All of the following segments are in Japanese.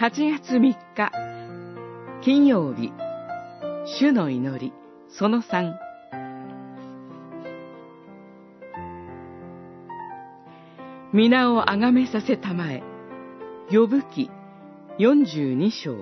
8月3日金曜日、主の祈りその3。皆をあがめさせたまえ。呼ぶ記42章。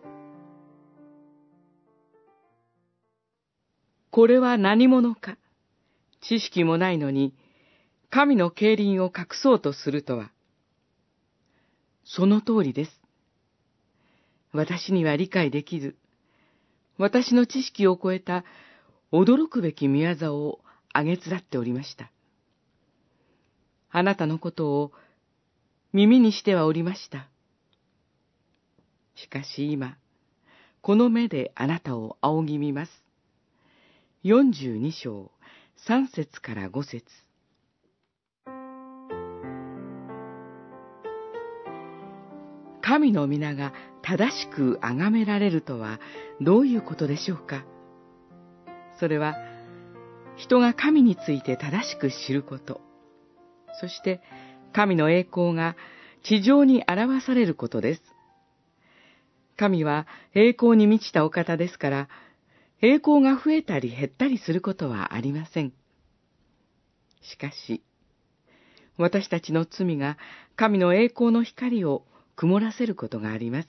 これは何者か。知識もないのに神の競輪を隠そうとするとは。その通りです。私には理解できず、私の知識を超えた驚くべき御業をあげつらっておりました。あなたのことを耳にしてはおりました。しかし今、この目であなたを仰ぎ見ます。42章3節から5節。神の皆が正しく崇められるとはどういうことでしょうか。それは、人が神について正しく知ること、そして神の栄光が地上に表されることです。神は栄光に満ちたお方ですから、栄光が増えたり減ったりすることはありません。しかし、私たちの罪が神の栄光の光を曇らせることがあります。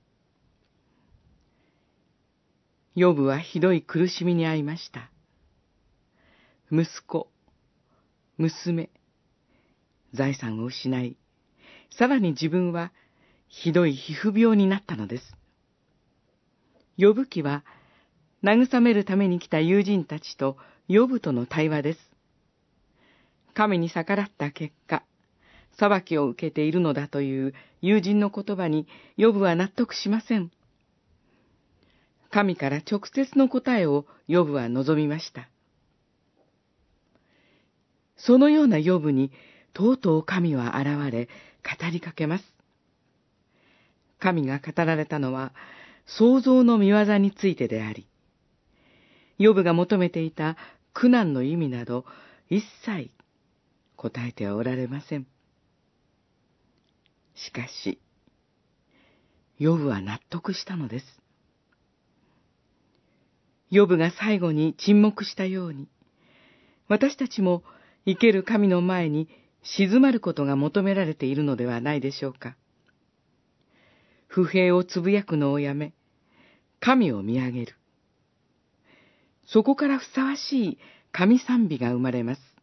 ヨブはひどい苦しみに遭いました。息子、娘、財産を失い、さらに自分はひどい皮膚病になったのです。ヨブ記は、慰めるために来た友人たちとヨブとの対話です。神に逆らった結果、裁きを受けているのだという友人の言葉にヨブは納得しません。神から直接の答えをヨブは望みました。そのようなヨブにとうとう神は現れ語りかけます。神が語られたのは創造の御業についてであり、ヨブが求めていた苦難の意味など一切答えてはおられません。しかし、ヨブは納得したのです。ヨブが最後に沈黙したように、私たちも生ける神の前に静まることが求められているのではないでしょうか。不平をつぶやくのをやめ、神を見上げる。そこからふさわしい神賛美が生まれます。